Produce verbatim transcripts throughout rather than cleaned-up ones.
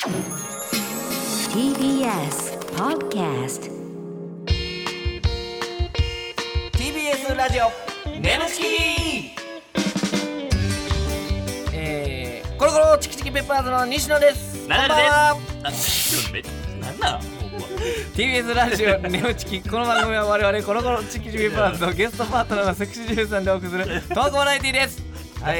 ティービーエス Podcast ティービーエス ラジオネムチキえー、コロコロチキチキペッパーズの西野です。 ナダルです。なんだティービーエス ラジオネムチキ。この番組は我々コロコロチキチキペッパーズとゲストパートナーのセクシージューさんでお送りするトークバラエティです。はい。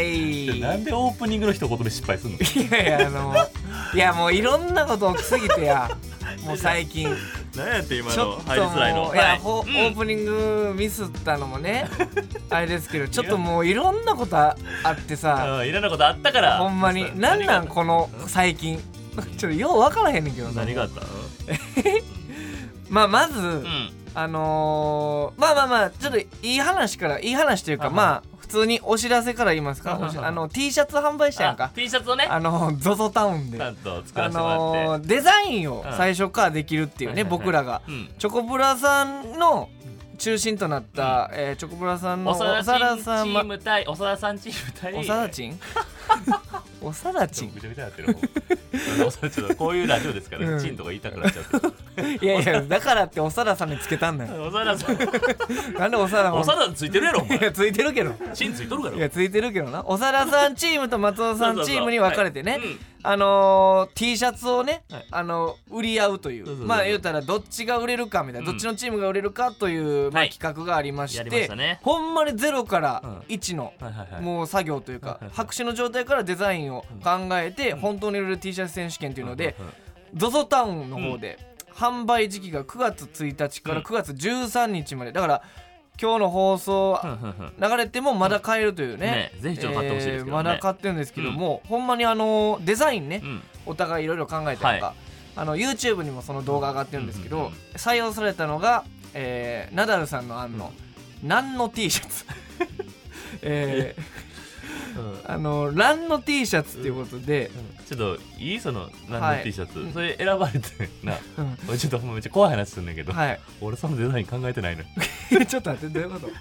なんでオープニングの一言で失敗するの？ いやいやあのいやもういろんなこと起きすぎてやもう最近何やって今ちょっとの入りづらいの。 いや、 はい、 オープニングミスったのもねあれですけどちょっともういろんなことあってさ、 うん、いろんなことあったからほんまになんなんこの最近ちょっとよう分からへんねんけどさ。 何があったの？ まあまず、 うん、 あのー、まあまあまあちょっといい話からいい話というか、まあ普通にお知らせから言いますか。あの T シャツ販売したやんか。 T シャツをね、 あの ゾゾ タウンでちゃんと作らせてもらって、 あのー、デザインを最初からできるっていうね、うん、僕らが、うん、チョコプラさんの中心となった、うん、えー、チョコプラさんのおさらさんチーム対おさらさんチーム対おさらちんおさらちんぐちゃぐちゃなってるこういうラジオですから、うん、チンとか言いたくなっちゃういやいやだからっておさらさんにつけたんだよ。 おさらさんなんでおさらおさらついてるやろお前。 いやついてるけどチンついとるから。 いやついてるけどな。おさらさんチームと松尾さんチームに分かれてね、はい、うん、あのー、T シャツをね、はい、あの売り合うという、そうそうそう、まあ言うたらどっちが売れるかみたいな、うん、どっちのチームが売れるかという、まあ、企画がありまして、はいまね、ほんまにゼロからいちの、うん、はいはいはい、もう作業というか、はいはいはい、白紙の状態からデザインを考えて、うん、本当に売れる T シャツ選手権というので、うん、ゾゾ タウンの方で、うん、販売時期がくがつついたちからくがつじゅうさんにちまでだから今日の放送流れてもまだ買えるというね、 ね、ぜひちょっと買ってほしいですけどね、 えー、まだ買ってるんですけども、うん、ほんまにあのデザインね、うん、お互いいろいろ考えてなんか、はい、あの YouTube にもその動画上がってるんですけど、うんうんうん、採用されたのが、えー、ナダルさんの案の、うん、何の T シャツえーうん、あのランの T シャツっていうことで、 うん、ちょっといいそのランの T シャツ、はい、それ選ばれてな、うん、ちょっとめっちゃ怖い話するんだけど、はい、俺そのデザイン考えてないのちょっと待ってどういうこと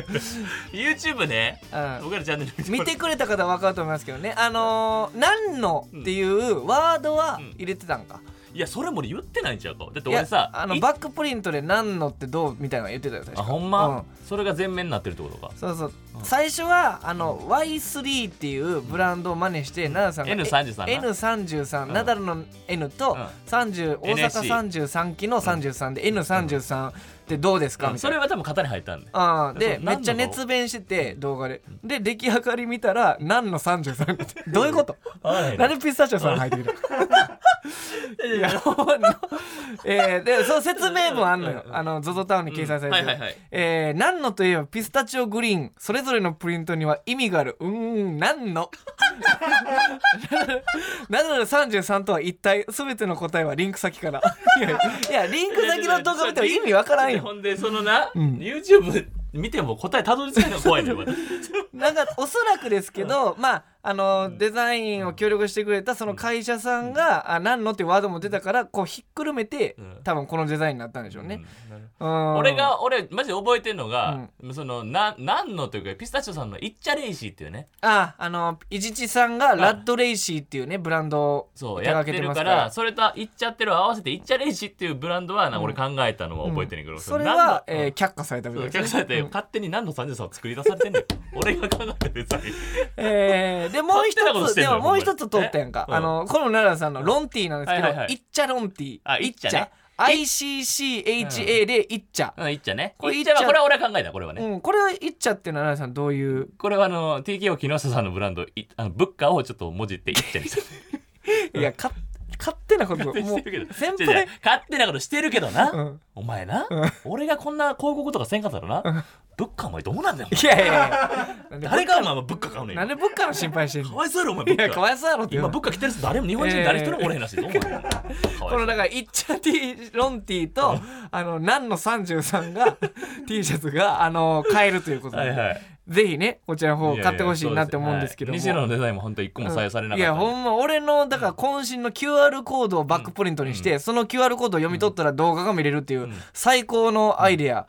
YouTube ね、うん、僕らチャンネル見てくれた方は分かると思いますけどね、あのー、何のっていうワードは入れてたんか、 うん、いやそれも言ってないんちゃうか。だって俺さあのバックプリントで何のってどうみたいなの言ってたよ最初。 あほんま、うん、それが全面になってるってことか。 そうそう、うん、最初はあの ワイスリー っていうブランドを真似して、うん、ナダルさんが エヌさんじゅうさん エヌさんじゅうさん、うん、ナダルの N と、うん、さんじゅう大阪さんじゅうさんきのさんじゅうさんで、うん、エヌさんじゅうさんってどうですか、うん、みたいな。 それは多分型に入ったんで、 あでめっちゃ熱弁してて動画で、で出来上がり見たら何のさんじゅうさんどういうことなんでピスタチオさん入ってくるいやえー、でその説明文あんのよ、あの ゾゾ タウンに掲載されてる、うんはいはいはい、えー、何のといえばピスタチオグリーン、それぞれのプリントには意味がある。うーん何のナダルさんじゅうさんとは一体全ての答えはリンク先からいやいやリンク先の動画見ても意味わからんよ。 ほんでそのな、うん、YouTube 見ても答えたどり着くのが怖いねなんかおそらくですけど、うん、まああのデザインを協力してくれたその会社さんが、うん、あ何のってワードも出たからこうひっくるめて、うん、多分このデザインになったんでしょうね、 うん、俺が俺マジで覚えてるのが、うん、そのな何のというかピスタチオさんのイッチャレイシーっていうね、 ああの伊地知さんがラッドレイシーっていうねブランドをそうやってるから、それとイッチャってるを合わせてイッチャレイシーっていうブランドはな、うん、俺考えたのは覚えてるけど、うん、 それは、えー、却下されたみたいです、ね、 却下されて、うん、勝手に何のさんじゅうさんを作り出されてんねん俺が考えたデザインえー、でもう一つでももう一つ通ったやんか、あのこの奈良さんのロンティーなんですけど、はいはいはい、イッチャロンティー、 あイッチャね、 アイシーシーエイチエー でイッチャ、 うん、イッチャね、これイッチャはこれは俺は考えたこれはね、 うん、これはイッチャっていうのは奈良さんどういう、 これはあの ティーケーオー 木下さんのブランドいあのブッカをちょっと文字ってイッチャにしたいやか勝手なこともう先輩勝手なことしてるけどな、うん、お前な、うん、俺がこんな広告とかせんかったらな、うん、ブッカお前どうなんだよ。 いやいやいや誰がお前ブッカ買うねん。 なんでブッカの心配してんの。 かわいそうやろお前ブッカ。 いやかわいそうやろって今ブッカ着てる人誰も日本人誰一人もおれへんらしいぞ、えー、このだからイッチャティロンティとあのナンのさんじゅうさんがT シャツがあの買えるということで、はいはい、ぜひねこちらの方買ってほしいなって思うんですけども、 いやいや西野のデザインも本当一個も採用されなかった、 うん、いやほんま俺のだから渾身の キューアール コードをバックプリントにして、うん、その キューアール コードを読み取ったら動画が見れるっていう最高のアイデア、うんうん、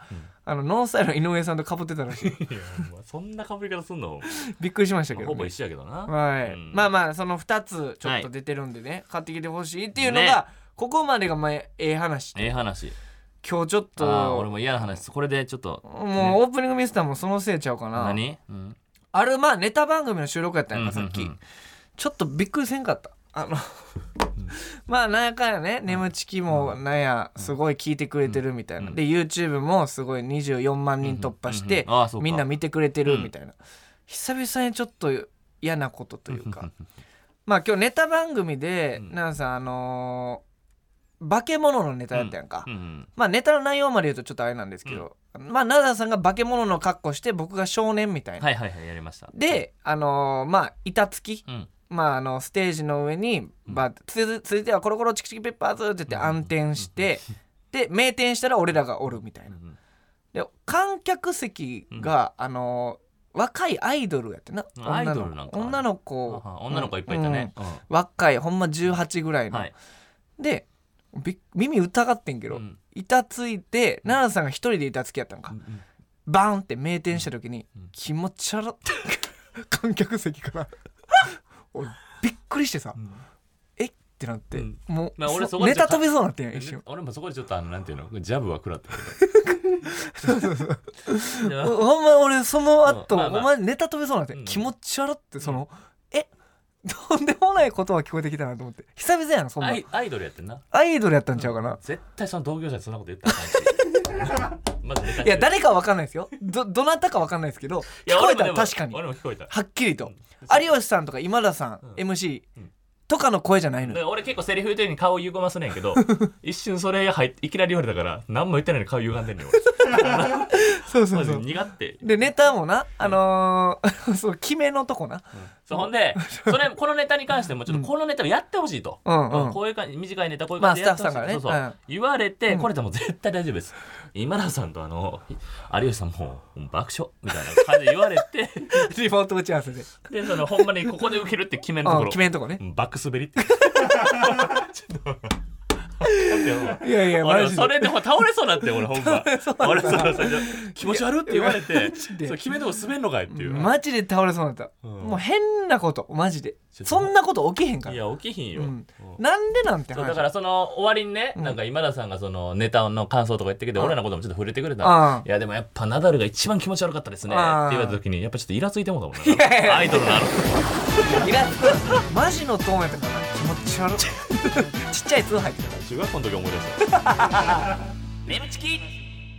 あのノンスタイルの井上さんと被ってたらしい。 いやそんな被り方すんのびっくりしましたけど、ね、 ほぼ一緒やけどな。 はい、うん、まあまあそのふたつちょっと出てるんでね、はい、買ってきてほしいっていうのが、ね、ここまでがまあええ話ええ話。 今日ちょっとあ俺も嫌な話これでちょっと、 ね、もうオープニングミスターもそのせいちゃうかな。 何、うん、 あれまあネタ番組の収録やったんやんか、さっき、 うんうんうん、 ちょっとびっくりせんかった。あのまあなんやかんやね、眠ちきもなんやすごい聞いてくれてるみたいな、で YouTube もすごいにじゅうよんまんにん突破してみんな見てくれてるみたいな、久々にちょっと嫌なことというかまあ今日ネタ番組でなんさあのー、化け物のネタやったやんか、まあネタの内容まで言うとちょっとあれなんですけど、まあナダさんが化け物の格好して僕が少年みたいな、 はいはいはいやりました。であのー、まあ板付き、まあ、あのステージの上に、まあ、つ続いてはコロコロチキチキペッパーズって言って暗転してで明転したら俺らがおるみたいな。で観客席が、あの若いアイドルやってな、 アイドルなんか女の子女の子いっぱいいたね、 うんうん、若いほんまじゅうはちぐらいの、はい、で耳疑ってんけど、うん、板ついて奈々さんが一人で板つきやったんか、うんうん、バーンって明転した時に、うん、気持ち悪って観客席から俺びっくりしてさ、うん、えってなって、うん、もう、まあ、俺そこでネタ飛びそうになってんや一瞬。 俺もそこでちょっとあのなんていうのジャブは食らってるそうそうそうほんま俺その後、まあまあ、お前ネタ飛びそうになって、うん、気持ち悪ってその、うん、えとんでもないことは聞こえてきたなと思って。久々やんそんな。 アイドルやってんな。 アイドルやったんちゃうかな、うん、 絶対その同業者にそんなこと言ったらあかんしまずいや誰かは分かんないですよ。 ど, どなたか分かんないですけど聞こえたら確かに俺も聞こえたはっきりと、うん、有吉さんとか今田さん、うん、エムシー、うんとかの声じゃないのよ。 俺結構セリフ言う時に顔ゆがますねんけど一瞬それ入いきなり言われたから何も言ってないのに顔歪んでんねん俺そうそうそう苦ってでネタもなあのー、そう決めのとこな、うん、 そうほんでそれこのネタに関してもちょっとこのネタをやってほしいと、うんうん、こういうか短いネタこういう感じでやってほしい、まあ、スタッフさんからね、そうそう、うん、言われてこれでも絶対大丈夫です、うん、今田さんとあの有吉さんも爆笑みたいな感じで言われてリモート打ち合わせででそのほんまにここで受けるって決めのところ、うん、 決めのとこねバック滑りってちょっといやいやマジでそれでも倒れそうになって俺ほんま俺その気持ち悪って言われてそう決めとこ滑んのかいっていうマジで倒れそうになった、うん、もう変なことマジでそんなこと起きへんから。 いや起きひんよ、うん、 なんでなんて話。 だからその終わりにね、うん、なんか今田さんがそのネタの感想とか言ってくれて、うん、俺らのこともちょっと触れてくれた。いやでもやっぱナダルが一番気持ち悪かったですねって言われた時にやっぱちょっとイラついてもうたもんな。いやいやアイドルのあのイラつくマジのトーンやったから気持ち悪ちっちゃい通入ってたから中学校の時思い出した眠ちき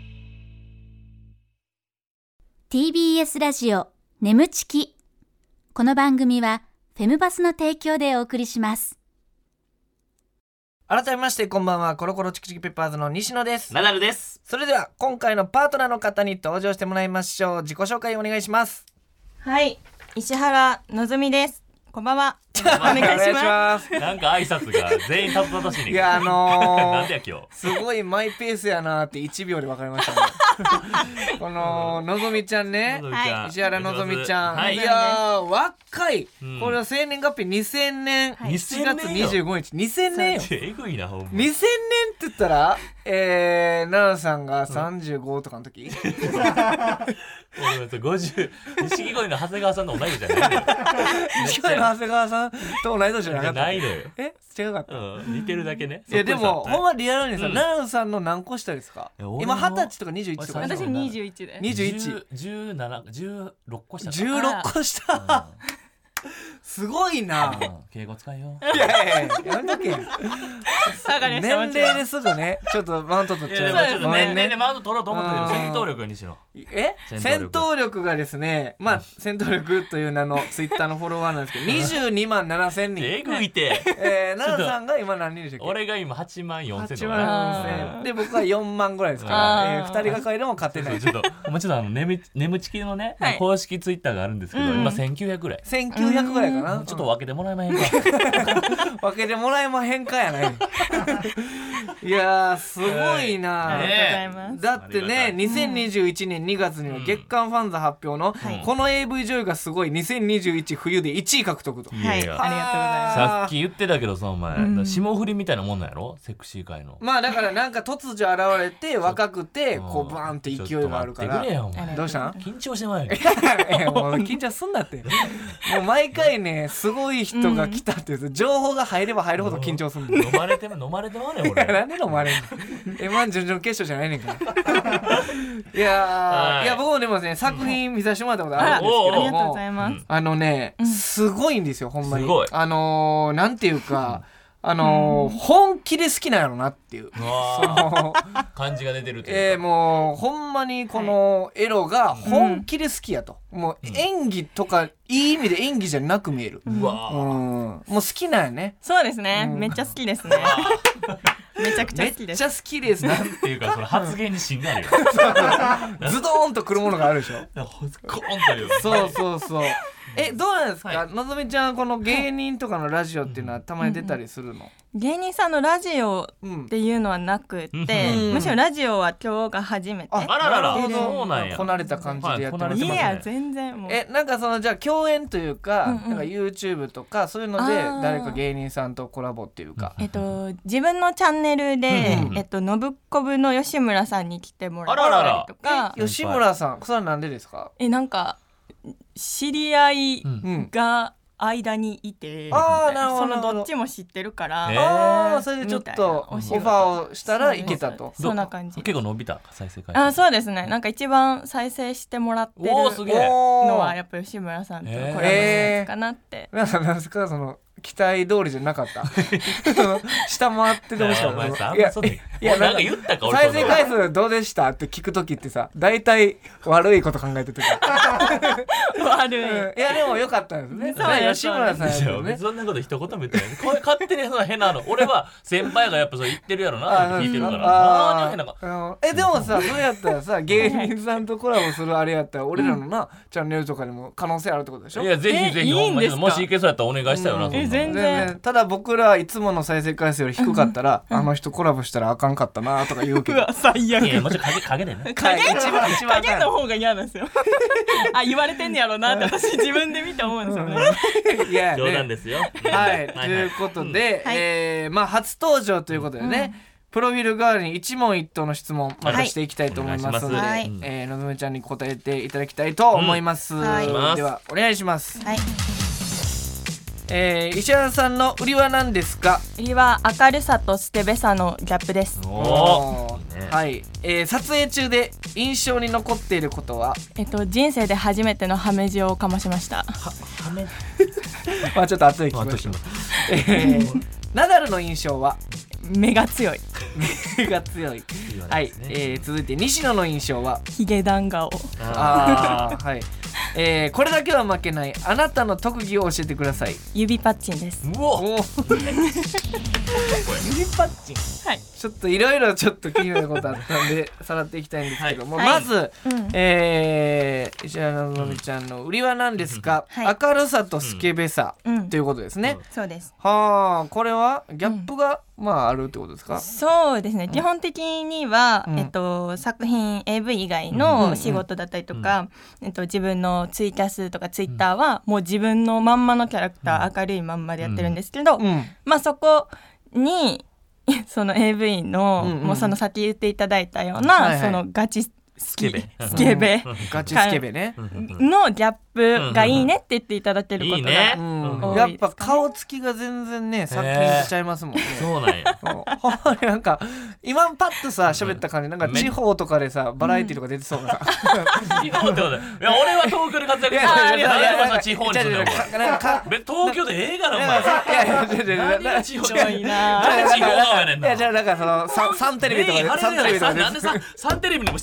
ティービーエス ラジオ眠ちき。この番組はフェムバスの提供でお送りします。 改めましてこんばんは、コロコロチキチキペッパーズの西野です。 ナダルです。 それでは今回のパートナーの方に登場してもらいましょう。自己紹介お願いします。 はい、石原のぞみです。こんばんは。お願いします。 なんか挨拶が全員たどたどしいねんけど。 いやあのー、 なんでや今日。 すごいマイペースやなっていちびょうで分かりましたね。こののぞみちゃんね、はい、石原のぞみちゃん、はい、いやー若い、うん、これは生年月日にせんねんしちがつにじゅうごにちにせんねんよ。 えぐいなほんま。 にせんねんって言ったらえー、奈良さんがさんじゅうごとかの時、 ごじゅう錦鯉の長谷川さんの同い年じゃないのよ。 錦鯉の長谷川さんと同い年じゃなかった。 ないのよ。 え違かった、 うん、似てるだけね。 いやでもほんまリアルにさ、うん、奈良さんの何個下ですか。今はたちとかにじゅういちとか。 私にじゅういちでにじゅういち、 じゅうなな、じゅうろっこ下か。 じゅうろっこ下、うん、すごいな、 うん、敬語使いよ。 いやいやいややめとけ。年齢ですぐねちょっとマウント取っちゃう。 いやいやごめんね。年齢でマウント取ろうと思ったけど戦闘力が西野。 え戦闘力がですね、まあ戦闘力という名のツイッターのフォロワーなんですけどにじゅうにまんななせんにん。 えぐいて。 えー、奈良さんが今何人でしたっけ。 俺が今はちまんよんせん。はちまんよんせんで僕はよんまんぐらいですから、えー、ふたりがかりでも勝てない。 ちょっともうちょっとあの眠眠ちきのね、はい、公式ツイッターがあるんですけど、うん、今せんきゅうひゃくぐらい。 せんきゅうゅうひゃくぐらいかな。 ちょっと分けてもらえまへんか分けてもらえまへんかやないいやーすごいな、 ありがとうございます。 だってねにせんにじゅういちねんにがつには月刊ファンザ発表の、うん、この エーブイ 女優がすごいにせんにじゅういち冬でいちい獲得と。 はい、ありがとうございます。 さっき言ってたけどさお前、うん、霜降りみたいなもんなんやろセクシー界の。 まあだからなんか突如現れて若くてこうバーンって勢いがあるから。どうしたん？ 緊張してまいよもう緊張すんなってもう毎回ねすごい人が来たっていう、うん、情報が入れば入るほど緊張するんだ飲まれて飲まれてまうねん俺なんで飲まれんのエマン準々決勝じゃないねんからいや、はい、いや僕もでもね作品見させてもらったことあるんですけども、 ありがとうございます。 あのね、うん、すごいんですよほんまに。 すごいあのー、なんていうかあのーうん、本気で好きなんやろなっていうその感じが出てるというか、 えー、もうほんまにこのエロが本気で好きやと、うん、もう演技とかいい意味で演技じゃなく見える、うん、うん、もう好きなんやね。 そうですね、うん、めっちゃ好きですねめちゃくちゃ好きです。 めっちゃ好きですね。 なんていうかその発言に芯があるよズドーンとくるものがあるでしょコーンという。 そうそうそうえどうなんですか、はい、のぞみちゃんこの芸人とかのラジオっていうのはたまに出たりするの？ うん、芸人さんのラジオっていうのはなくって、うん、むしろラジオは今日が初めて。 あらららそうなんや。こなれた感じでやってます。 いや全然もうえなんかそのじゃあ共演というか、うんうん、なんか YouTube とかそういうので誰か芸人さんとコラボっていうか、 えっと自分のチャンネルで、うんうん、えっとのぶっこぶの吉村さんに来てもらったりとか。 吉村さんそれはなんでですか？ えなんか知り合いが間にいて、うん、 あなるほどそのどっちも知ってるから、 えー、あそれでちょっとオファーをしたらいけたと。 そんな感じ。 結構伸びた再生回数。あそうですね。なんか一番再生してもらってるのはやっぱ吉村さんとコラボのやつかなって。 えー、なんですかその期待通りじゃなかった下回ってどうしたの？いやいやなんか言ったか俺再生回数どうでしたって聞くときってさ大体悪いこと考えてて悪い、 うん、いやでもよかったんですね。そう吉村さんやね。 そんなこと一言も言ってないこれ勝手にその変なの俺は先輩がやっぱそう言ってるやろなって聞いてるからあ変なのえでもさそれやったらさ芸人さんとコラボするあれやったら俺らのな、うん、チャンネルとかでも可能性あるってことでしょ？ いやぜひぜひほんまにもしいけそうやったらお願いしたよな、うん、 え全然ただ僕らいつもの再生回数より低かったら、うん、あの人コラボしたらあかんかったなとか言うけどうわ最悪。 いやもちろん影影でね影一番一番影の方が嫌なんですよあ言われてんねやろなって私自分で見て思うんですよねいやね冗談ですよはいということで、うんえー、まあ初登場ということでね、うんプロフィール代わりに一問一答の質問またしていきたいと思いますので、はい、えー、のぞみちゃんに答えていただきたいと思います、うんはい、ではお願いします、はいえー、石原さんの売りは何ですか？ 売りは明るさとスケベさのギャップです。 おー、ね、はい、えー、撮影中で印象に残っていることは？ えっと人生で初めてのハメ字をかましました。はハメまあちょっと熱い気持ち、えー、ナダルの印象は？ 目が強い目が強い、はい、えー、続いて西野の印象は？ ヒゲダン顔。 ああはいえー、これだけは負けないあなたの特技を教えてください。 指パッチンです。 うお指パッチン、はい、ちょっといろいろちょっと気になることあったんでさらっていきたいんですけども、はい、まず、はいえー、石原のぞみちゃんの売りは何ですか？はい、明るさとスケベさ、うん、ということですね、 うん、そうです。 はあこれはギャップが、うん、まああるってことですか？ そうですね、うん、基本的には、うんえっと、作品 エーブイ 以外の仕事だったりとか、うんうんえっと、自分のツイキャスとかツイッターはもう自分のまんまのキャラクター、うん、明るいまんまでやってるんですけど、うんまあ、そこにその エーブイ の、うんうん、もうその先言っていただいたような、はいはい、そのガチスケベスケベガチスケベねのギャップがいいねって言っていただけることが、ねうん、やっぱ顔つきが全然ね作品しちゃいますもんね。 そうなんやなんか今パッとさ喋った感じなんか地方とかでさバラエティとか出てそうなさ、 うん、いや俺は東京で活躍してるから地方に住んでる東京で映画なお前いやいや何が地方がいいな地方がやねんな。 いやじゃあなんかそのサンテレビとかでサンテレビとかでなんでサンテレビにも失礼やしよ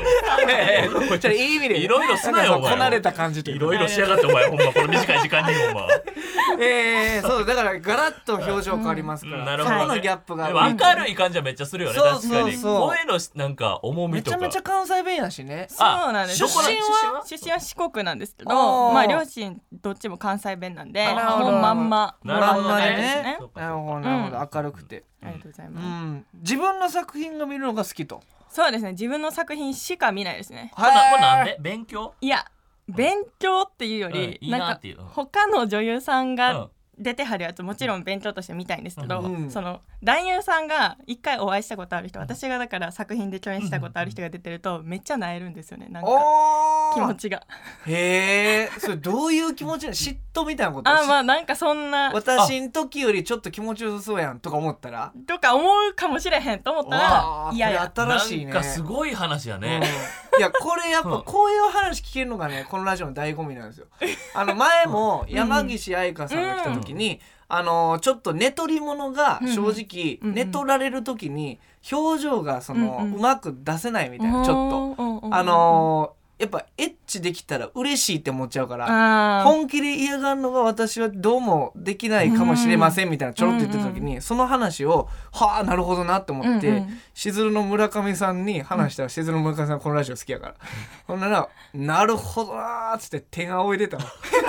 よ。 ちょいい意味でいろいろすなよお前。 こなれた感じといういろいろしやがってお前ほんまこの短い時間にほんま。 えー、そうだからガラッと表情変わりますから、うん、なるほどね、そこのギャップが明るい感じはめっちゃするよね。 そう確かに声のなんか重みとかめちゃめちゃ関西弁やしね。 そうなんです。 出身は出身は四国なんですけど、まあ両親どっちも関西弁なんで、もうまんままんまでね。なるほどなるほど、明るくて、 ありがとうございます、 うん、自分の作品が見るのが好きと。 そうですね、自分の作品しか見ないですね。 これなんで勉強？ いや勉強っていうより、うん、いいななんか他の女優さんが出てはるやつもちろん勉強として見たいんですけど、うん、その男優さんが一回お会いしたことある人、私がだから作品で共演したことある人が出てるとめっちゃ萎えるんですよね、なんか気持ちが。 へえ、それどういう気持ちなの？嫉妬みたいなこと？ あ、まあなんかそんな私ん時よりちょっと気持ちよさそうやんとか思ったらとか思うかもしれへんと思ったらいやいや新しいね。 なんかすごい話やね、 うん、いやこれやっぱこういう話聞けるのがねこのラジオの醍醐味なんですよ。あの前も山岸愛香さんが来た時に、うんうん、あのちょっと寝取り物が正直、うん、寝取られる時に表情がその、うんうん、うまく出せないみたいな、ちょっとあのやっぱエッチできたら嬉しいって思っちゃうから本気で嫌がるのが私はどうもできないかもしれませんみたいなちょろっと言ってた時に、うんうん、その話をはあなるほどなって思って、うんうん、しずるの村上さんに話したら、うん、しずるの村上さんこのラジオ好きやからほんならなるほどなーっつって手が仰いでたの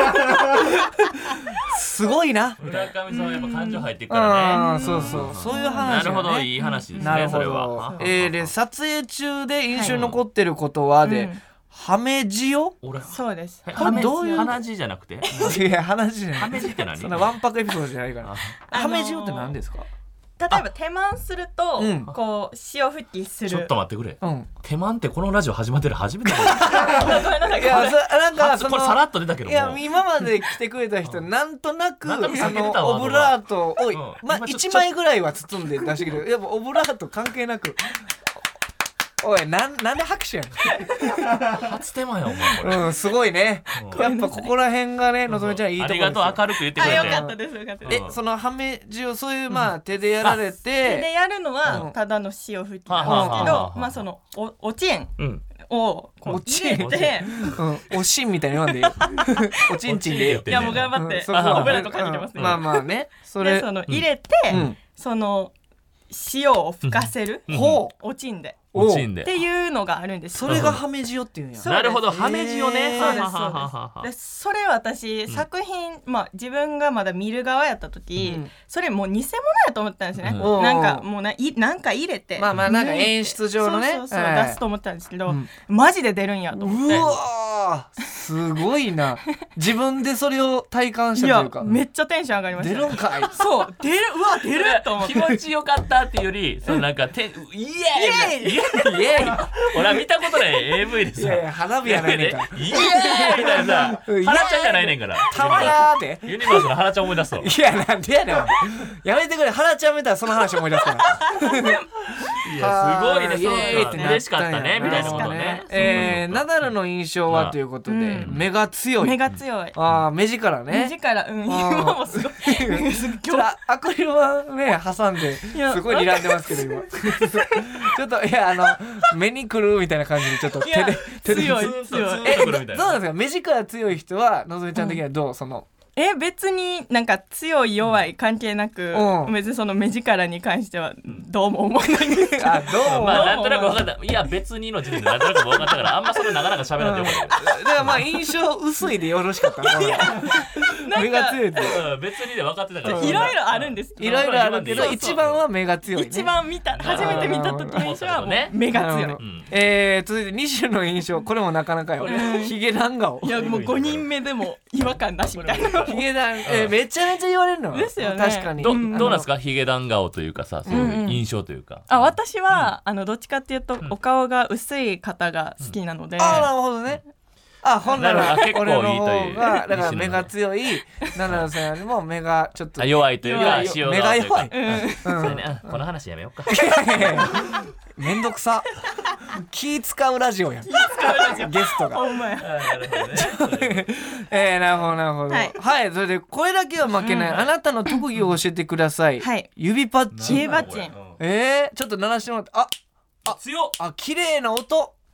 すごいな村上さんはやっぱ感情入っていくからね。 そうそう、そういう話、ね、 なるほど、いい話ですね。 なるほど、それは。えー、で撮影中で印象に残ってることはで、はい、うん、ハメジオ？ そうです。 これどういう鼻血じゃなくて？ いや鼻血じゃない。 ハメジって何？ そんなわんぱくエピソードじゃないから。ハメジオって何ですか？ 例えば手満すると、うん、こう潮吹きする。 ちょっと待ってくれ、うん、手満ってこのラジオ始まってる初めてだいやなんかそのこれさらっと出たけども、 いや今まで来てくれた人なんとなくあのオブラートを、うん、まあいちまいぐらいは包んで出してくれる。やっぱオブラート関係なくおい、なん、なんで拍手やん初手間やお前これ、 うん、すごいね、うん、やっぱここら辺がねのぞみちゃんいいところですよ。 ありがとう、明るく言ってくれて。 あ、よかったですよかったです。 え、そのハメジをそういうまあ手でやられて、 手でやるのはただの潮吹きなんですけど、まあそのおおちんをこう入れて、 おしんみたいに言わんでいいおちんちんでいいよ。 いやもう頑張ってオブラートかけてますね。 まあまあね、 それでその入れてその塩を吹かせる、ほうおちんでおちんでっていうのがあるんです。 それがハメジオっていうんや。 なるほど、ハメジオね。 そうですそうです。それ私、うん、作品まあ自分がまだ見る側やった時、うん、それもう偽物やと思ったんですよね、うん、なんかもうないなんか入れてまあまあなんか演出上のねそうそうそう、はい、出すと思ったんですけど、うん、マジで出るんやと思って。 うわすごいな自分でそれを体感したというか、 いやめっちゃテンション上がりました、ね、 出るんかいそう出るうわ出ると思って気持ちよかったっていうよりそのなんかてイエーイイエーイイエーイ俺は見たことない エーブイ でさ、いやいや花火やないねんからイエーイみたいなさ花ちゃんじゃないねんからたまやーってユニバースの花ちゃん思い出すといやなんでやねんやめてくれ花ちゃん見たらその話思い出すからいやすごいね、そうか嬉しかったねみたいなことね。 えー、ナダルの印象はということで、うん、目が強い目が強いあ目力ね目力うん今もすごいちょっとアクリルはね挟んですごい睨んでますけど今ちょっといやあの目にくるみたいな感じでちょっと手で手で強い強いえどうなんですか目力強い人はのぞみちゃん的にはどう、うん、そのえ別になんか強い弱い関係なく、うん、別にその目力に関してはどうも思わないんですけどあどうもまあなんとなく分かったいや別にの時点でなんとなく分かったからあんまそれなかなか喋らんでよかった、 うん、だからまあ印象薄いでよろしかったいや目が強いって、 うん、別にで分かってたからいろいろあるんですいろいろあるけど一番は目が強い、ね、 一番見た初めて見た時の印象はもう目が強い、うん、 えー、続いて西野の印象これもなかなかよヒゲダン顔いやもうごにんめでも違和感なしみたいなヒゲダン、えーめちゃめちゃ言われるのですよね。 確かにど, どうなんですかヒゲダン顔というかさそういう印象というか、 うんうん、あ私は、うん、あのどっちかっていうと、うん、お顔が薄い方が好きなので、うん、 あなるほどねあ本来は結構いいというだから目が強いナダルさんよりも目がちょっと弱いというか目が弱い、 うんうんね、この話やめようかめんどくさ気使うラジオやんゲストがほんまやなるほどねえー、なるほどなるほど、はい、はい、それでこれだけは負けない、うん、あなたの特技を教えてください、はい、指パッチン指パッチンえー、ちょっと鳴らしてもらってああ強っあ綺麗な音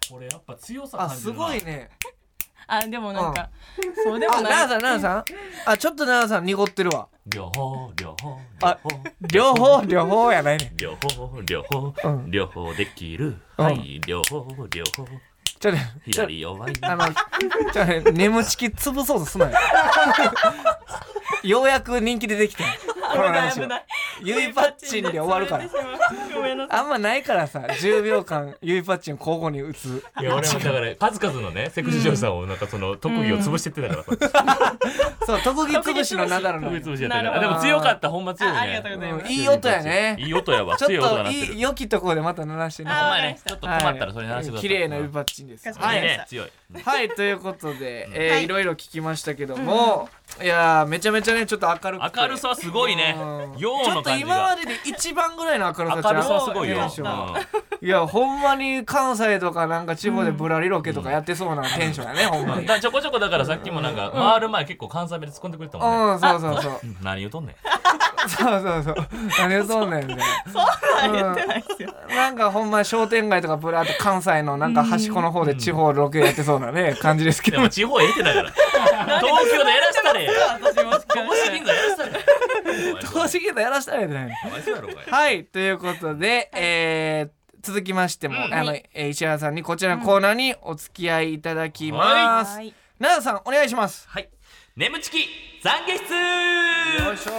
これやっぱ強さ感じるな。 あすごいね。 あでもなんか、うん、そうでもない。 あ奈々さん奈々さんあちょっと奈々さん濁ってるわ。 両方両方あ両方両方やないね。 両方両方、うん、両方できる、 うん、 はい両方両方ちょっと左弱いあのちょっとね眠ちき潰そうとすなよようやく人気出てきたこの話はゆいパッチンで終わるからあんまないからさじゅうびょうかんゆいパッチンを交互に打つ。 いや俺もだから数々のねセクシー女優さんをなんかその特技を潰してってたから、 うん、そう特技潰しのナダルの特技潰しやってる。でも強かったほんま強いね。 ありがとうございます、 うん、いい音やね。 いい音やわ。 ちょっ強い音になってる。 といい良きところでまた鳴らしてね。 お前ねちょっと困ったらそれ鳴らしてください。 綺麗なゆいパッチンです。 はいね強い。 はいということで、えーはい、いろいろ聞きましたけども、うん、いやめちゃめちゃねちょっと明るくて明るさすごいね。陽の感じがちょっと今までで一番ぐらいの明るさ明るさすごいよ。 いやほんまに関西とかなんか地方でぶらりロケとかやってそうなテンションやね、うん、ほんまに。 だちょこちょこだからさっきもなんか回る前結構関西弁で突っ込んでくれたもんね。 うんそうそうそう。 何言うとんねん。 そうそうそう何言うとんねんみたいな。 そんなん言ってないですよ、 うん、なんかほんま商店街とかぶらっと関西のなんか端っこの方で地方ロケやってそうなね感じですけど。 でも地方へ行ってないから東京でやらしたれ。私も投資銀座やらしたれ。 投資銀座やらしたれってないの。はいということで、えー続きましても、うん、あの、はい、えー、石原さんにこちらのコーナーにお付き合いいただきます。はい、奈々さんお願いします。 はい。眠ちき懺悔室。 よいしょ。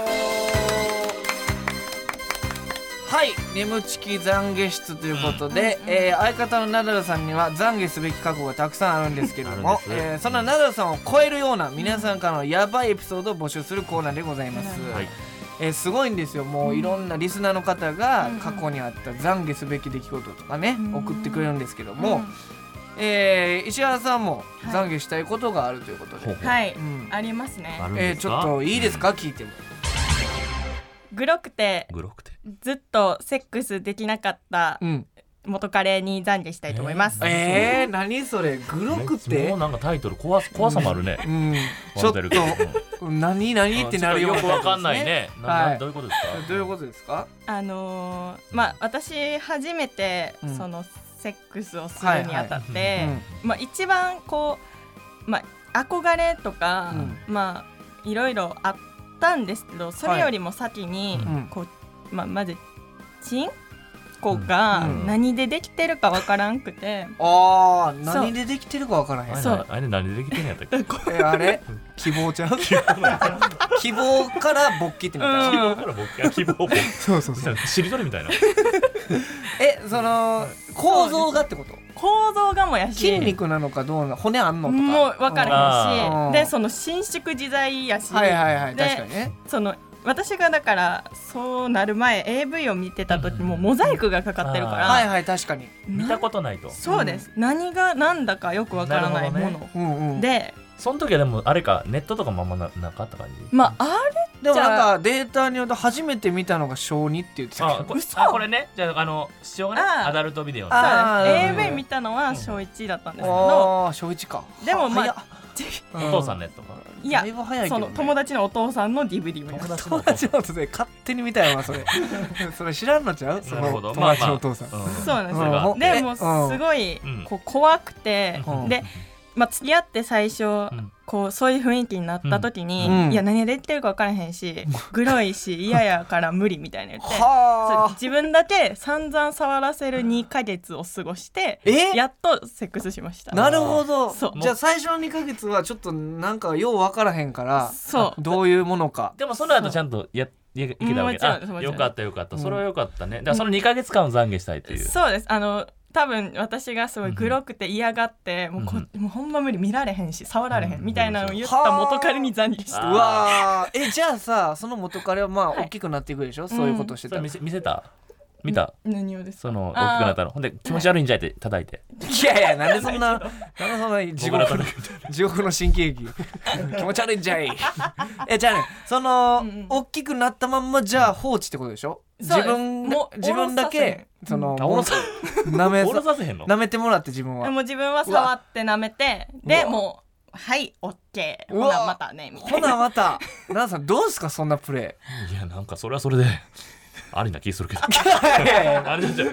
はい、眠ちき懺悔室ということで、うん、えー、相方のナダルさんには懺悔すべき過去がたくさんあるんですけども、えー、そんなナダルさんを超えるような皆さんからのヤバいエピソードを募集するコーナーでございます。はい。えー、すごいんですよ。もういろんなリスナーの方が過去にあった懺悔すべき出来事とかね、うん、送ってくれるんですけども、うん、えー、石原さんも懺悔したいことがあるということで、 はい、うん、ありますね。 えー、ちょっといいですか、うん、聞いても。 グロくてグロくてずっとセックスできなかった元彼に懺悔したいと思います。 えー、えー、何それグロくて。 もうなんかタイトル 怖, 怖さもあるね、 うんうん、ちょっと何何ってなるような、 よくわかんないね。はい、どういうことですか。 どういうことですか。 あのー、まあ私初めてそのセックスをするにあたって、はいはい、まあ一番こうまあ憧れとか、うん、まあいろいろあったんですけど、それよりも先に、はい、こうまあまずチンコが何でできてるかわからんくて、 うん、ああ何でできてるかわからへん。 そうあれ何でできてんやったっけ。 えあれ希望ちゃう希望から勃起ってみたいな、 うん、希望から勃起。あ希望勃起そうそうそうしりとりみたいなえその構造がってこと。 構造がもやし筋肉なのかどうなの骨あんのとかもう分からへんし、でその伸縮自在やし、 はいはいはい確かにね。 その私がだからそうなる前 エーブイ を見てた時もモザイクがかかってるから、 はいはい確かに見たことないと。 そうです、うん、何が何だかよくわからないもの、ねうんうん、でその時はでもあれかネットとかもあんま な, なかった感じ。 まああれでもなんかデータによると初めて見たのが小にって言ってたけど。 あこれあこれねじゃああの視聴がねアダルトビデオのエーブイ 見たのは小いちだったんですけど、 ああ小いちか。 でもまあお父さんのやつとか。 いやその友達のお父さんの ディーブイディー もや友達のお父さん勝手に見たよなそれそれ知らんのちゃう。その友達のお父さん、まあまあうん、そうなんですよ、うん、でもすごいこう怖くて、うん、で、まあ、付き合って最初、うん、こうそういう雰囲気になった時に、うん、いや何で言ってるか分からへんしグロいし嫌やから無理みたいな言ってそう自分だけ散々触らせるにかげつを過ごしてやっとセックスしました。 なるほど。じゃあ最初のにかげつはちょっとなんかよう分からへんからそうどういうものか。 でもその後ちゃんとやいけたわけ。あよかったよかった、うん、それはよかったね。だからそのにかげつかんを懺悔したいっていう、うん、 そうです。あの多分私がすごいグロくて嫌がって、うん、もうこもうほんま無理見られへんし触られへんみたいなのを言った元彼に懺悔して、 うわえじゃあさその元彼はまあ大きくなっていくでしょ、はい、そういうことしてたら、 うん、見せ、見せた見た何をですか。 その大きくなったのほんで気持ち悪いんじゃいって叩いて、 はい、いやいやなんでそんななんでそんな地獄の地獄の新喜劇気持ち悪いんじゃいえじゃあねその、うんうん、大きくなったまんまじゃあ放置ってことでしょ。自分自分だけそのなめなめてもらって自分はもう自分は触ってなめてでもうはいオッケーほなまたねみたいな。 ほなまた奈々さんどうですかそんなプレー。いやなんかそれはそれでありな気するけどあれじゃ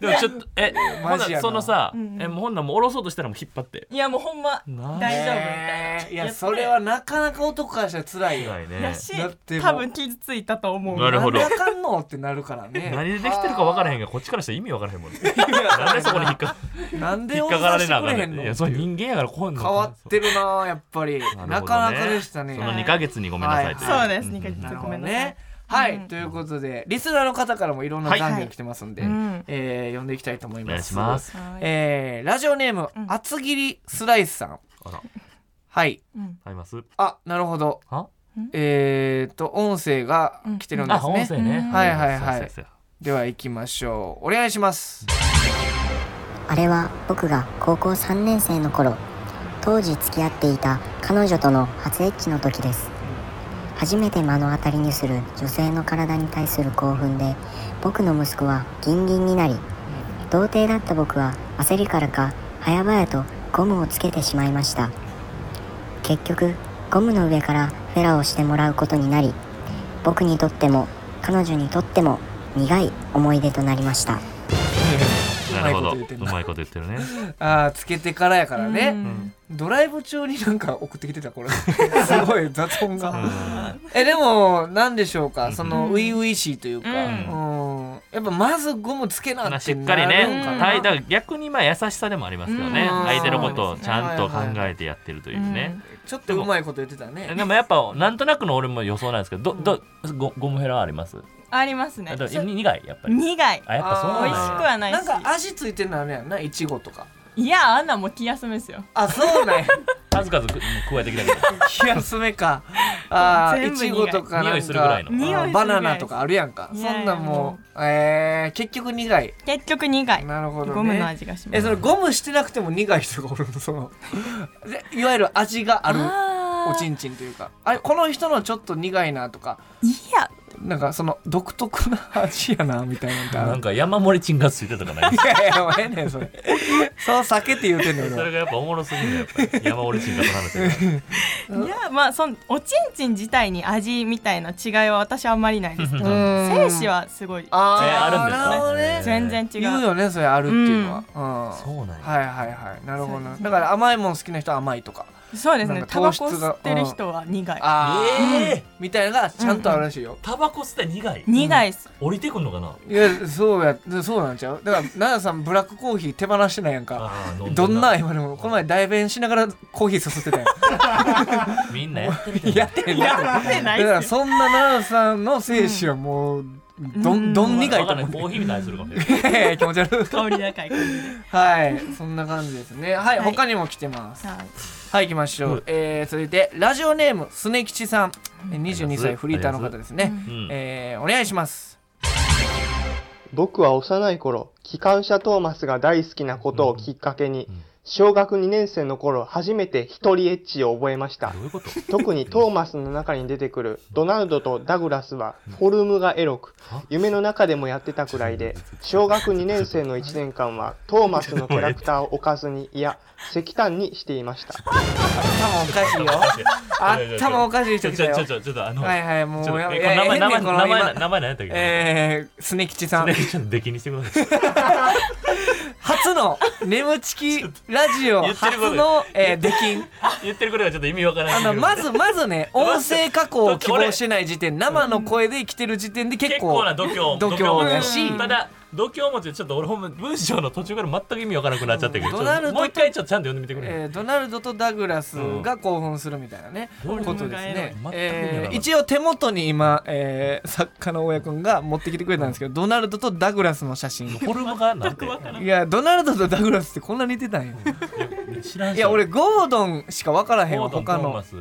でもちょっとえほんならそのさ、うんうん、えもうほんならもう下ろそうとしたらもう引っ張っていやもうほんま大丈夫みたいな。 いやそれはなかなか男からしたら辛いよね。 やし多分傷ついたと思う。 なるほど。 なんであかんのってなるからね。 何でできてるか分からへんがこっちからしたら意味分からへんもんね。なんでそこに引っかなんで引っかかられなあかんの。いやそれ人間やからこういうの変わってるなやっぱり。な, ね、なかなかでしたね。 そのにかげつにごめんなさいという、 はい、そうですにかげつごめんなさいね。 はい、うん、ということでリスナーの方からもいろんな残業来てますんで、はいえー、読んでいきたいと思います。 お願いします。 えー、ラジオネーム、うん、厚切りスライスさん。 あらはい、 うん、あります。 あなるほど。えー、っと音声が来てるんですね。 うん、あ音声ね。 はいはいはい。では行きましょう。お願いします。 あれは僕が高校さんねん生の頃、当時付き合っていた彼女との初エッチの時です。初めて目の当たりにする女性の体に対する興奮で、僕の息子はギンギンになり、童貞だった僕は焦りからか早々とゴムをつけてしまいました。結局ゴムの上からフェラをしてもらうことになり、僕にとっても彼女にとっても苦い思い出となりました。 なるほど、うまいこと言ってるね。 ああつけてからやからね、うん、ドライブ中になんか送ってきてたこれすごい雑音がえでもなんでしょうか、その初々しいというか、うんうん、やっぱまずゴムつけなってなるしっかりね、だから逆にまあ優しさでもありますよね、うん、相手のことをちゃんと考えてやってるというね、はいはい、 ちょっとうまいこと言ってたね。 でもやっぱなんとなくの俺も予想なんですけど、どど ゴ, ゴムヘラはあります？ ありますね。 苦いやっぱり。 苦い。 あやっぱそうなんや。 美味しくはないし。 なんか味ついてるのあるやんな、いちごとか。 いやあんなもう気休めですよ。 あそうなんや。 数々加えてきたけど。 気休めか。あいちごとかなんか匂いするぐらいの。 バナナとかあるやんか。そんなんもうえー、結局苦い。 結局苦い。 なるほどね。 ゴムの味がします。 えそのゴムしてなくても苦い人がおるのそのいわゆる味があるおちんちんというか、あれこの人のちょっと苦いなとか。 いや。 なんかその独特な味やなみたいな。 なんか山盛りチンがついてたとかない。 いやいやもうええねんそれ。そう避けて言うてんねん。 それがやっぱおもろすぎるねやっぱり山盛りチンがと話。いやまあそのおちんちん自体に味みたいな違いは私はあんまりないですけど、精子はすごい。 ああるんですね。 全然違う。 言うよねそれあるっていうのは。 そうなんや。 はいはいはいなるほど。だから甘いもん好きな人は甘いとか。 そうですね。タバコ吸ってる人は苦い。 あえみたいなのがちゃんとあるらしいよ。 タバコ吸って苦い。 苦いっす。 降りてくんのかな。 いやそうやそうなんちゃう。だから奈々さんブラックコーヒー手放してないやんか。どんな今でもこの前代弁しながらコーヒーすすってたやん。みんなやってみたい。 やってやってない。 だからそんな奈々さんの精子はもう。どんどん苦いと思う。 コーヒーみたいにするかもしれない。 気持ち悪い。 香り高い感じで。 はいそんな感じですね。はい他にも来てます。はい行きましょう。え続いてラジオネームすねきちさん、にじゅうにさいフリーターの方ですね。えお願いします。 僕は幼い頃機関車トーマスが大好きなことをきっかけに、小学にねん生の頃初めて一人エッチを覚えました。 どういうこと？ 特にトーマスの中に出てくるドナルドとダグラスはフォルムがエロく、夢の中でもやってたくらいで、小学にねん生のいちねんかんはトーマスのキャラクターを置かずに、いや石炭にしていました。 頭おかしいよ。頭おかしい人来たよ。 ちょちょちょっとあのはいはいもう名前名前名前名前何やったっけ？ えーすねきちさん。 すねきちさん出禁にしてください。 初の眠ちきラジオ初の出禁。 言ってることがちょっと意味わからない。 あのまずまずね音声加工を希望してない時点、生の声で来てる時点で結構結構な度胸度胸だし、 ただ度胸持ちでちょっと俺ほんま文章の途中から全く意味わからなくなっちゃったけど、 ドナルドもう一回ちょっとちゃんと読んでみてくれ。 えー、ドナルドとダグラスが興奮するみたいなね、うん、ことですね。えー、一応手元に今、えー、作家の大家くんが持ってきてくれたんですけど、ドナルドとダグラスの写真。 フォルムがなんていやドナルドとダグラスってこんな似てたんよ。 知らんし。 いや俺ゴードンしか分からへんわ他の、 うん、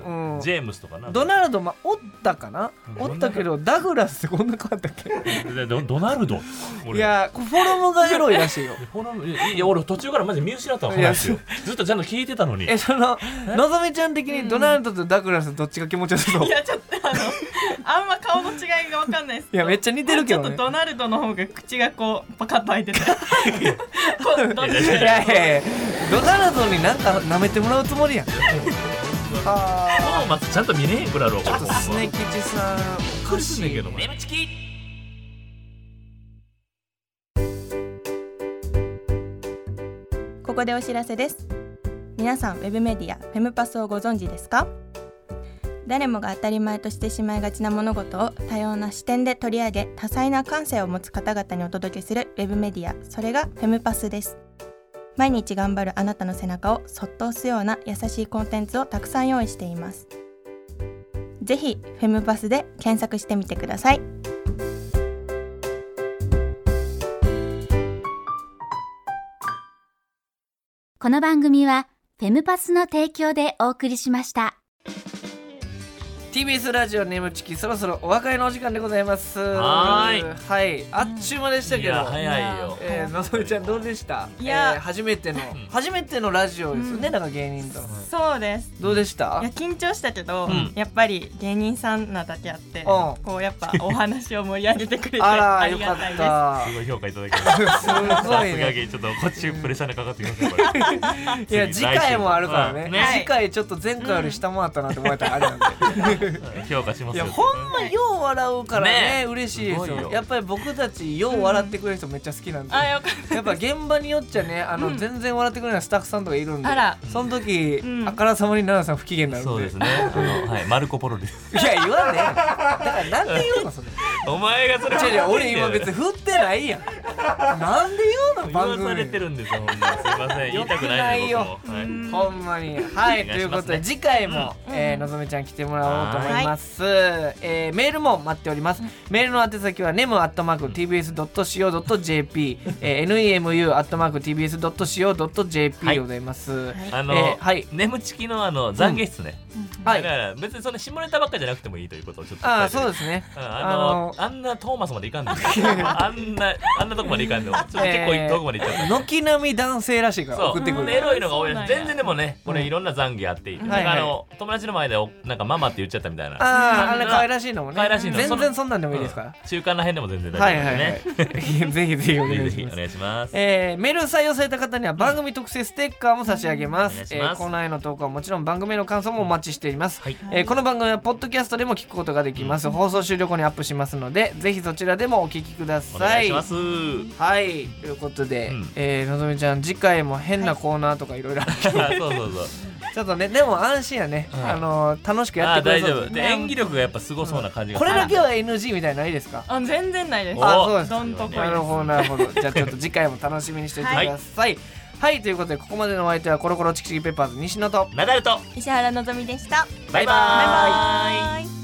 ジェームスとかな。 ドナルド、ま、おったかな、おったけどダグラスってこんな変わったっけ。 ド, ドナルドいやフォルムがエロいらしいよ。 フォルムいや俺途中からマジ見失ったの話よ。ずっとちゃんと聞いてたのに。 えそののぞみちゃん的にドナルドとダグラスどっちが気持ちよさそう？ いやちょっとあのあんま顔の違いが分かんないです。 いやめっちゃ似てるけどね。 ちょっとドナルドの方が口がこうパカッと開いてて。いやいやいやドナルドになんか舐めてもらうつもりやん。 ああまずちゃんと見れへんくなるわ。 ちょっとスネキチさんおかしいけど。眠ちきこでお知らせです。皆さんウェブメディアフェムパスをご存知ですか？誰もが当たり前としてしまいがちな物事を多様な視点で取り上げ、多彩な感性を持つ方々にお届けするウェブメディア、それがフェムパスです。毎日頑張るあなたの背中をそっと押すような優しいコンテンツをたくさん用意しています。ぜひフェムパスで検索してみてください。 この番組はフェムパスの提供でお送りしました。 ティービーエス ラジオ眠ちき、そろそろお別れのお時間でございます。 はーい、 はい、あっちゅう間でしたけど、いや早いよ。 えー、のぞみちゃんどうでした？ いや、 えー、初めての初めてのラジオですよね、うん、だから芸人と。 そうです。 どうでした？ いや緊張したけど、 うん、 やっぱり芸人さんなだけあって、うん、こうやっぱお話を盛り上げてくれてありがたいです。 すごい評価いただきました。すごいね。さすがにちょっとこっちプレッシャーにかかってきますねこれ。 いや次回もあるからね。 うん、 ね、次回ちょっと前回より下回ったなって思えたらあれなんで。 評価しますよ。 いやほんまよう笑うからね、ね、嬉しいですよ。すやっぱり僕たちよう笑ってくれる人めっちゃ好きなんで、うん、あよかったやっぱ現場によっちゃね、あの、うん、全然笑ってくれないスタッフさんとかいるんで、あらその時、うん、あからさまに奈々さん不機嫌になるんで。 そうですね、あの、はい、マルコポロリです。 いや言わんねだからなんで言うのそれ。 お前がそれ違う違う、俺今別に振ってないやん。なんで言うの番組。 言わされてるんですよほんま。すいません言いたくないです僕も、はい、 ほんまにはい、ね、ということで次回も、うん、えー、のぞみちゃん来てもらおうと思います。えー、メールも待っております。メールの宛先は ネム アットマーク ティービーエス ドット シーオー ドット ジェーピー、えー、ネム アットマーク ティービーエス ドット シーオー ドット ジェーピー でございます。はい、 あの、えー、はい、眠ちきのあの懺悔室ね、うん、はい、だから別にその下ネタばっかじゃなくてもいいということをちょっと伝えて。 ああそうですね。 あの、あのー、あんなトーマスまでいかんであんなあんなとこまでいかんでもちょっと結構遠くまで行っちゃった。 軒並み男性らしいから送ってくる。 エロいのが多いです。全然でもねこれいろんな懺悔あっていい。なんかあの友達の前でなんかママって言っちゃったみたいな。 あああれ可愛らしいのもね。 可愛らしいの。 全然そんなんでもいいですから。 中間ら辺でも全然大丈夫ですね。 ぜひぜひお願いします。お願いします。 えー、メール採用された方には番組特製ステッカーも差し上げます。えー、コーナーへの投稿はもちろん番組への感想もお待ちしています。はい、えー、この番組はポッドキャストでも聞くことができます。うん、放送終了後にアップしますので、ぜひそちらでもお聞きください。 お願いします。 はい、ということで、うん、えー、のぞみちゃん次回も変なコーナーとかいろいろあるけど、はい、そうそうそう。ちょっとね、でも安心やね、うん、あのー、楽しくやってくれそう。 大丈夫で、演技力がやっぱすごそうな感じが、 うん、これだけは エヌジー みたいなのないですか？ あ、全然ないです。 あ、そうです。 どんとこいです。 なるほどなるほど。じゃあちょっと次回も楽しみにしておいてください。はい、はい、ということでここまでのお相手はコロコロチキチキペッパーズ西野とナダルと石原のぞみでした。 バイバーイ。バイバーイ。